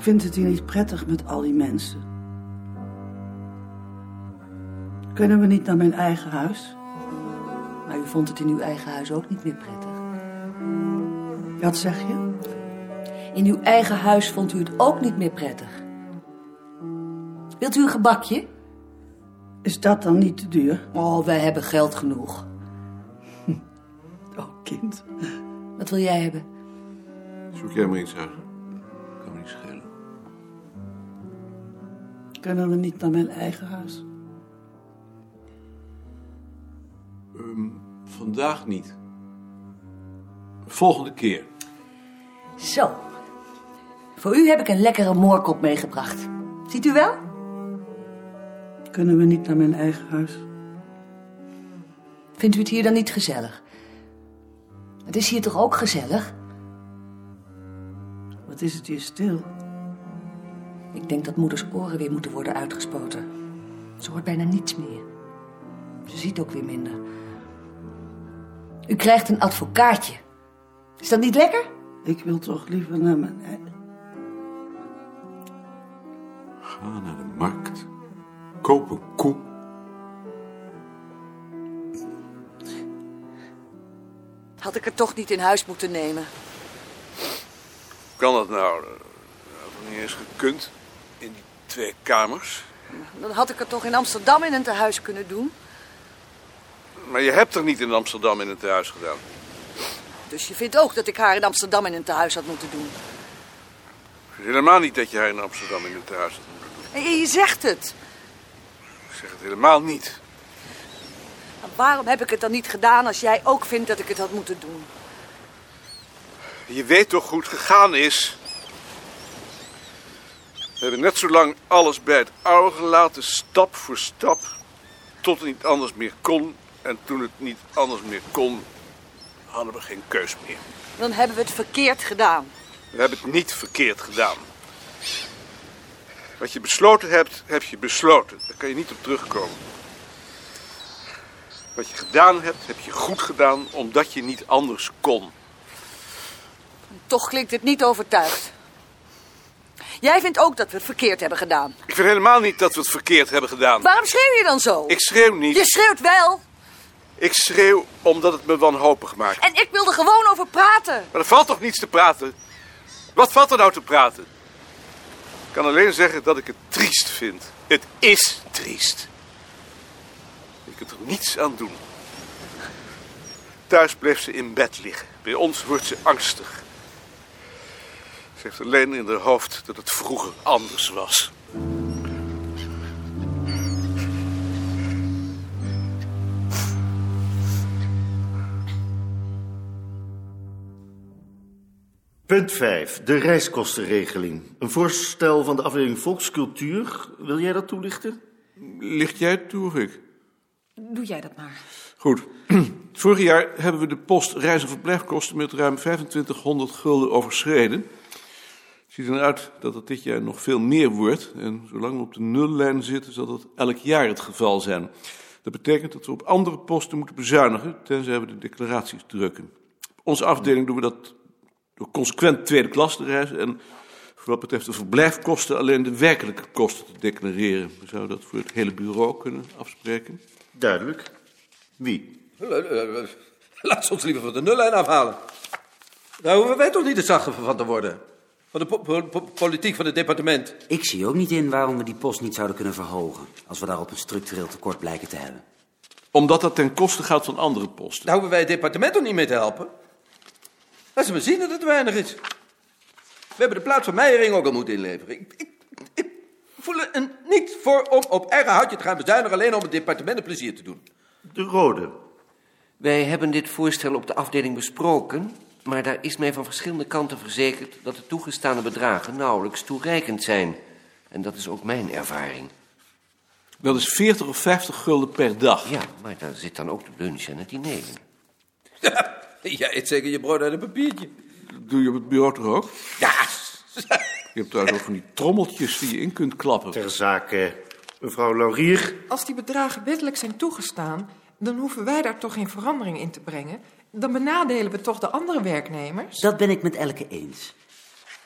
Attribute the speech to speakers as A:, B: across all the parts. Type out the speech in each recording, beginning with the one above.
A: Ik vind het hier niet prettig met al die mensen. Kunnen we niet naar mijn eigen huis?
B: Maar u vond het in uw eigen huis ook niet meer prettig.
A: Wat zeg je?
B: In uw eigen huis vond u het ook niet meer prettig. Wilt u een gebakje?
A: Is dat dan niet te duur?
B: Oh, wij hebben geld genoeg.
A: Oh, kind.
B: Wat wil jij hebben?
C: Zoek jij maar iets uit. Kan me niet schelen.
A: Kunnen we niet naar mijn eigen huis?
C: Vandaag niet. Volgende keer.
B: Zo. Voor u heb ik een lekkere moorkop meegebracht. Ziet u wel?
A: Kunnen we niet naar mijn eigen huis?
B: Vindt u het hier dan niet gezellig? Het is hier toch ook gezellig?
A: Wat is het hier stil?
B: Ik denk dat moeders oren weer moeten worden uitgespoten. Ze hoort bijna niets meer. Ze ziet ook weer minder. U krijgt een advocaatje. Is dat niet lekker?
A: Ik wil toch liever naar mijn eigen...
C: Ga naar de markt. Koop een koe.
B: Had ik het toch niet in huis moeten nemen.
C: Kan dat nou? Dat had niet eens gekund. In die 2 kamers.
B: Dan had ik het toch in Amsterdam in een tehuis kunnen doen.
C: Maar je hebt er niet in Amsterdam in een tehuis gedaan.
B: Dus je vindt ook dat ik haar in Amsterdam in een tehuis had moeten doen.
C: Ik vind helemaal niet dat je haar in Amsterdam in een tehuis had moeten doen.
B: En je zegt het.
C: Ik zeg het helemaal niet.
B: Maar waarom heb ik het dan niet gedaan als jij ook vindt dat ik het had moeten doen?
C: Je weet toch hoe het gegaan is? We hebben net zo lang alles bij het oude gelaten, stap voor stap, tot het niet anders meer kon. En toen het niet anders meer kon, hadden we geen keus meer.
B: Dan hebben we het verkeerd gedaan.
C: We hebben het niet verkeerd gedaan. Wat je besloten hebt, heb je besloten. Daar kan je niet op terugkomen. Wat je gedaan hebt, heb je goed gedaan, omdat je niet anders kon.
B: Toch klinkt het niet overtuigd. Jij vindt ook dat we het verkeerd hebben gedaan.
C: Ik vind helemaal niet dat we het verkeerd hebben gedaan.
B: Waarom schreeuw je dan zo?
C: Ik schreeuw niet.
B: Je schreeuwt wel.
C: Ik schreeuw omdat het me wanhopig maakt.
B: En ik wil er gewoon over praten.
C: Maar er valt toch niets te praten? Wat valt er nou te praten? Ik kan alleen zeggen dat ik het triest vind. Het is triest. Je kunt er niets aan doen. Thuis bleef ze in bed liggen. Bij ons wordt ze angstig. Ze heeft alleen in haar hoofd dat het vroeger anders was.
D: Punt 5. De reiskostenregeling. Een voorstel van de afdeling Volkscultuur. Wil jij dat toelichten?
C: Licht jij het toe of ik?
E: Doe jij dat maar.
C: Goed. Vorig jaar hebben we de post reis- en verblijfkosten met ruim 2500 gulden overschreden. Het ziet eruit dat het dit jaar nog veel meer wordt. En zolang we op de nullijn zitten, zal dat elk jaar het geval zijn. Dat betekent dat we op andere posten moeten bezuinigen, tenzij we de declaraties drukken. Op onze afdeling doen we dat door consequent tweede klas te reizen en voor wat betreft de verblijfkosten alleen de werkelijke kosten te declareren. We zouden dat voor het hele bureau kunnen afspreken.
D: Duidelijk. Wie?
F: Laat ze ons liever van de nullijn afhalen. Daar hoeven wij toch niet de slachtoffer van te worden. Van de politiek van het departement.
G: Ik zie ook niet in waarom we die post niet zouden kunnen verhogen, als we daarop een structureel tekort blijken te hebben.
C: Omdat dat ten koste gaat van andere posten.
F: Daar hoeven wij het departement toch niet mee te helpen. Laat ze maar zien dat het weinig is. We hebben de plaats van Meijering ook al moeten inleveren. Ik voel er niet voor om op eigen houtje te gaan bezuinigen, alleen om het departement een plezier te doen.
D: De Rode.
H: Wij hebben dit voorstel op de afdeling besproken, maar daar is mij van verschillende kanten verzekerd dat de toegestane bedragen nauwelijks toereikend zijn. En dat is ook mijn ervaring.
C: Dat is 40 of 50 gulden per dag.
H: Ja, maar daar zit dan ook de lunch en het diner in.
F: Jij eet zeker je brood uit een papiertje.
C: Dat doe je op het bureau toch ook?
F: Ja.
C: Je hebt trouwens ook van die trommeltjes die je in kunt klappen.
D: Ter zake, mevrouw Laurier.
E: Als die bedragen wettelijk zijn toegestaan, dan hoeven wij daar toch geen verandering in te brengen. Dan benadelen we toch de andere werknemers?
G: Dat ben ik met Elke eens.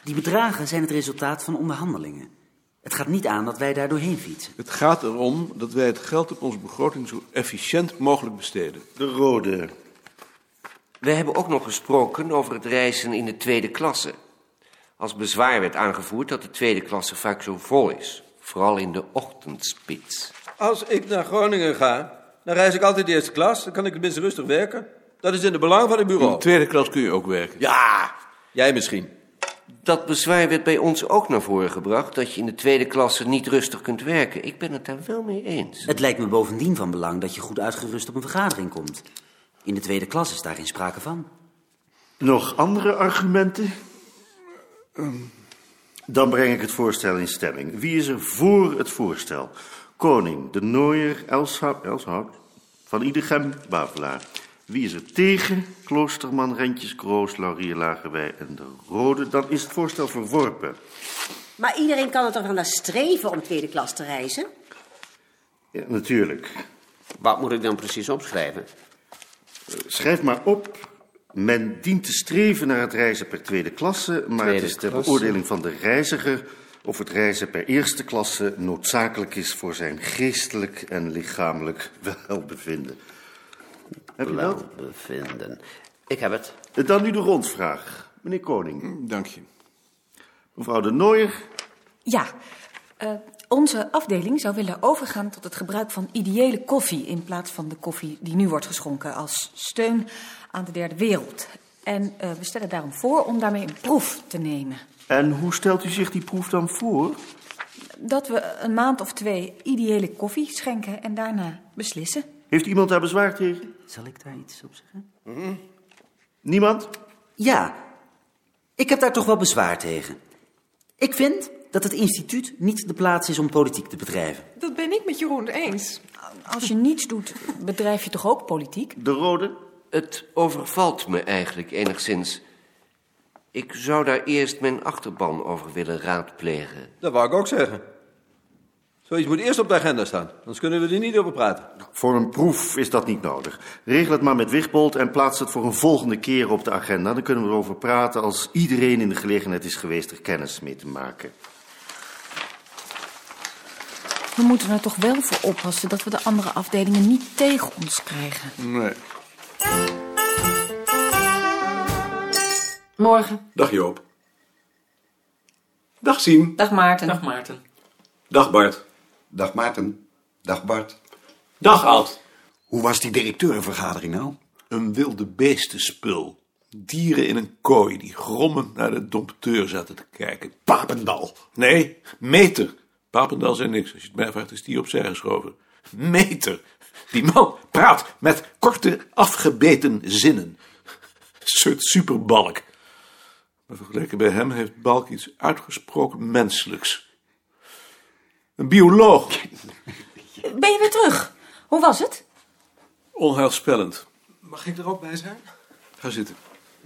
G: Die bedragen zijn het resultaat van onderhandelingen. Het gaat niet aan dat wij daar doorheen fietsen.
C: Het gaat erom dat wij het geld op onze begroting zo efficiënt mogelijk besteden.
D: De rode.
H: We hebben ook nog gesproken over het reizen in de tweede klasse. Als bezwaar werd aangevoerd dat de tweede klasse vaak zo vol is. Vooral in de ochtendspits.
F: Als ik naar Groningen ga, dan reis ik altijd de eerste klas. Dan kan ik tenminste rustig werken. Dat is in het belang van het
C: In
F: bureau.
C: de tweede klas kun je ook werken.
F: Ja, jij misschien.
H: Dat bezwaar werd bij ons ook naar voren gebracht, dat je in de tweede klasse niet rustig kunt werken. Ik ben het daar wel mee eens.
G: Het lijkt me bovendien van belang dat je goed uitgerust op een vergadering komt. In de tweede klas is daar geen sprake van.
D: Nog andere argumenten? Dan breng ik het voorstel in stemming. Wie is er voor het voorstel? Koning, De Nooijer, Elshout, Van Idegem, Bavelaar. Wie is er tegen? Kloosterman, Rentjes, Kroos, Laurier, Lagerwij en De Rode. Dan is het voorstel verworpen.
I: Maar iedereen kan er toch wel naar streven om tweede klas te reizen?
D: Ja, natuurlijk.
J: Wat moet ik dan precies opschrijven?
D: Schrijf maar op. Men dient te streven naar het reizen per tweede klasse, maar het is ter beoordeling van de reiziger of het reizen per eerste klasse noodzakelijk is voor zijn geestelijk en lichamelijk welbevinden. Heb je dat?
J: Welbevinden. Ik heb het.
D: Dan nu de rondvraag. Meneer Koning.
C: Dank je.
D: Mevrouw De Nooijer.
K: Ja, onze afdeling zou willen overgaan tot het gebruik van ideële koffie in plaats van de koffie die nu wordt geschonken als steun aan de derde wereld. En we stellen daarom voor om daarmee een proef te nemen.
D: En hoe stelt u zich die proef dan voor?
K: Dat we een maand of 2 ideële koffie schenken en daarna beslissen.
D: Heeft iemand daar bezwaar tegen?
G: Zal ik daar iets op zeggen?
D: Niemand?
G: Ja, ik heb daar toch wel bezwaar tegen. Ik vind dat het instituut niet de plaats is om politiek te bedrijven.
E: Dat ben ik met Jeroen eens.
K: Als je niets doet, bedrijf je toch ook politiek?
D: De Rode?
H: Het overvalt me eigenlijk enigszins. Ik zou daar eerst mijn achterban over willen raadplegen.
F: Dat wou ik ook zeggen. Zoiets moet eerst op de agenda staan, anders kunnen we er niet over praten.
D: Voor een proef is dat niet nodig. Regel het maar met Wigbold en plaats het voor een volgende keer op de agenda. Dan kunnen we erover praten als iedereen in de gelegenheid is geweest er kennis mee te maken.
K: We moeten er toch wel voor oppassen dat we de andere afdelingen niet tegen ons krijgen.
C: Nee.
L: Morgen.
C: Dag Joop. Dag Sien.
L: Dag Maarten.
M: Dag Maarten.
C: Dag Bart.
N: Dag Maarten. Dag Bart.
C: Dag Ad.
N: Hoe was die directeurenvergadering nou?
C: Een wilde beestenspul. Dieren in een kooi die grommend naar de dompteur zaten te kijken.
N: Papendal.
C: Nee, Meter. Papendal zei niks. Als je het mij vraagt is die opzij geschoven. Meter. Die man praat met korte afgebeten zinnen. Een soort superbalk. Maar vergeleken bij hem heeft Balk iets uitgesproken menselijks. Een bioloog.
K: Ben je weer terug? Hoe was het?
C: Onheilspellend.
M: Mag ik er ook bij zijn?
C: Ga zitten.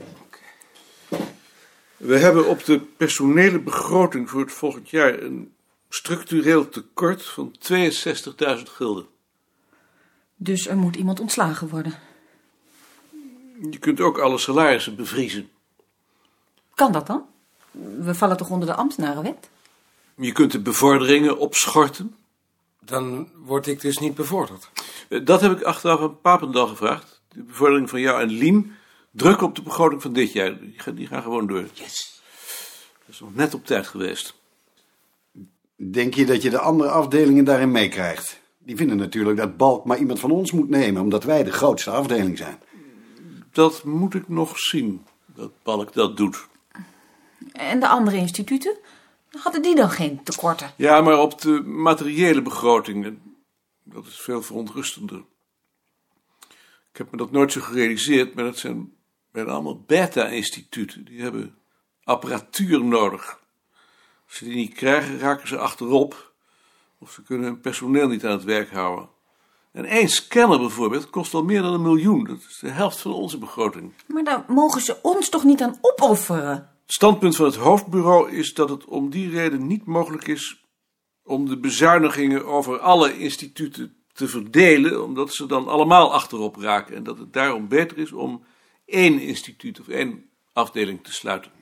C: We hebben op de personele begroting voor het volgend jaar een structureel tekort van 62.000 gulden.
K: Dus er moet iemand ontslagen worden.
C: Je kunt ook alle salarissen bevriezen.
K: Kan dat dan? We vallen toch onder de ambtenarenwet?
C: Je kunt de bevorderingen opschorten.
M: Dan word ik dus niet bevorderd.
C: Dat heb ik achteraf aan Papendal gevraagd. De bevordering van jou en Lien. Druk op de begroting van dit jaar. Die gaan gewoon door.
N: Yes.
C: Dat is nog net op tijd geweest.
N: Denk je dat je de andere afdelingen daarin meekrijgt? Die vinden natuurlijk dat Balk maar iemand van ons moet nemen, omdat wij de grootste afdeling zijn.
C: Dat moet ik nog zien, dat Balk dat doet.
K: En de andere instituten? Hadden die dan geen tekorten?
C: Ja, maar op de materiële begroting. Dat is veel verontrustender. Ik heb me dat nooit zo gerealiseerd, maar dat zijn bijna allemaal beta-instituten. Die hebben apparatuur nodig. Als ze die niet krijgen, raken ze achterop. Of ze kunnen hun personeel niet aan het werk houden. En 1 scanner bijvoorbeeld kost al meer dan 1 miljoen. Dat is de helft van onze begroting.
K: Maar daar mogen ze ons toch niet aan opofferen?
C: Het standpunt van het hoofdbureau is dat het om die reden niet mogelijk is om de bezuinigingen over alle instituten te verdelen, omdat ze dan allemaal achterop raken. En dat het daarom beter is om 1 instituut of 1 afdeling te sluiten.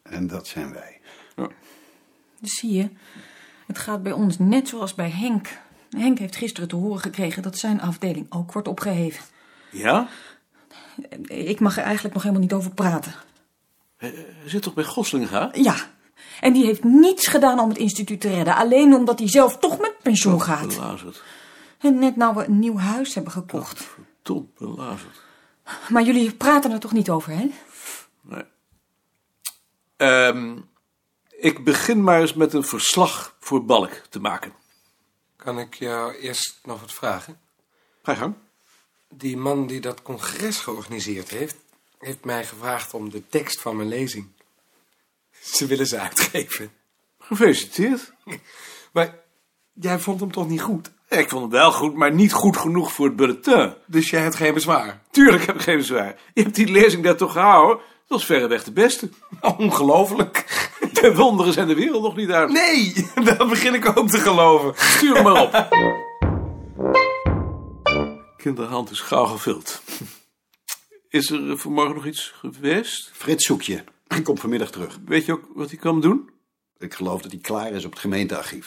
N: En dat zijn wij.
C: Ja.
K: Dus zie je, het gaat bij ons net zoals bij Henk. Henk heeft gisteren te horen gekregen dat zijn afdeling ook wordt opgeheven.
C: Ja?
K: Ik mag er eigenlijk nog helemaal niet over praten.
C: Hij zit toch bij Goslinga?
K: Ja, en die heeft niets gedaan om het instituut te redden. Alleen omdat hij zelf toch met pensioen gaat.
C: Belazerd.
K: En net nou we een nieuw huis hebben gekocht.
C: Verdomd belazerd.
K: Maar jullie praten er toch niet over, hè?
C: Nee. Ik begin maar eens met een verslag voor Balk te maken.
M: Kan ik jou eerst nog wat vragen?
C: Ga je gang.
M: Die man die dat congres georganiseerd heeft mij gevraagd om de tekst van mijn lezing. Ze willen ze uitgeven.
C: Gefeliciteerd.
M: Maar jij vond hem toch niet goed?
C: Ik vond hem wel goed, maar niet goed genoeg voor het bulletin.
M: Dus jij hebt geen bezwaar?
C: Tuurlijk heb ik geen bezwaar. Je hebt die lezing daar toch gehouden? Dat was verreweg de beste.
M: Ongelooflijk.
C: De wonderen zijn de wereld nog niet uit.
M: Nee, dat begin ik ook te geloven.
C: Stuur hem maar op. Kinderhand is gauw gevuld. Is er vanmorgen nog iets geweest?
N: Frits zoek je. Hij komt vanmiddag terug.
C: Weet je ook wat hij kan doen?
N: Ik geloof dat hij klaar is op het gemeentearchief.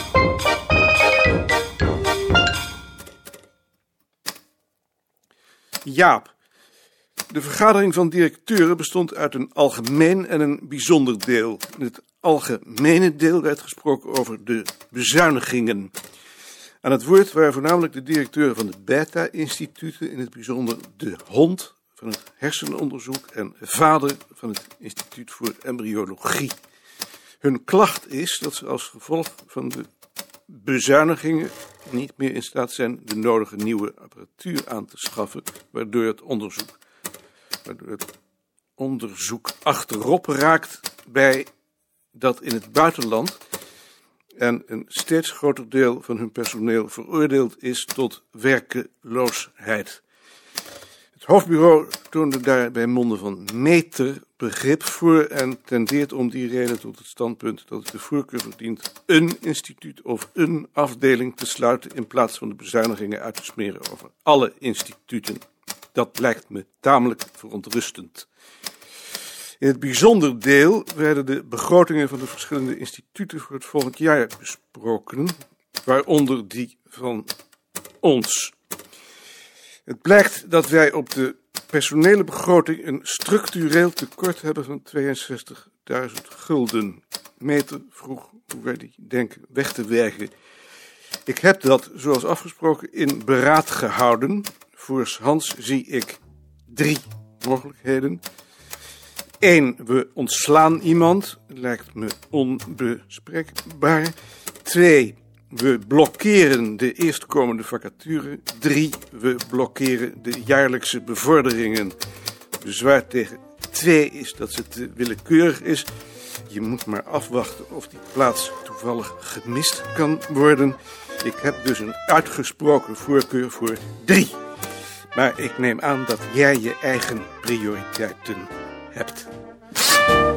C: Jaap. De vergadering van directeuren bestond uit een algemeen en een bijzonder deel. In het algemene deel werd gesproken over de bezuinigingen. Aan het woord waren voornamelijk de directeuren van de Beta-instituten, in het bijzonder de Hond van het hersenonderzoek en vader van het instituut voor embryologie. Hun klacht is dat ze als gevolg van de bezuinigingen niet meer in staat zijn de nodige nieuwe apparatuur aan te schaffen, waardoor het onderzoek achterop raakt bij dat in het buitenland en een steeds groter deel van hun personeel veroordeeld is tot werkeloosheid. Het hoofdbureau toonde daar bij monden van meter begrip voor en tendeert om die reden tot het standpunt dat het de voorkeur verdient een instituut of een afdeling te sluiten in plaats van de bezuinigingen uit te smeren over alle instituten. Dat lijkt me tamelijk verontrustend. In het bijzonder deel werden de begrotingen van de verschillende instituten voor het volgend jaar besproken, waaronder die van ons. Het blijkt dat wij op de personele begroting een structureel tekort hebben van 62.000 gulden. Meter vroeg hoe wij die denken weg te werken. Ik heb dat, zoals afgesproken, in beraad gehouden. Voorshands zie ik 3 mogelijkheden. 1, we ontslaan iemand. Lijkt me onbespreekbaar. 2, we blokkeren de eerstkomende vacature. 3, we blokkeren de jaarlijkse bevorderingen. Bezwaar tegen 2 is dat ze te willekeurig is. Je moet maar afwachten of die plaats toevallig gemist kan worden. Ik heb dus een uitgesproken voorkeur voor 3. Maar ik neem aan dat jij je eigen prioriteiten hebt.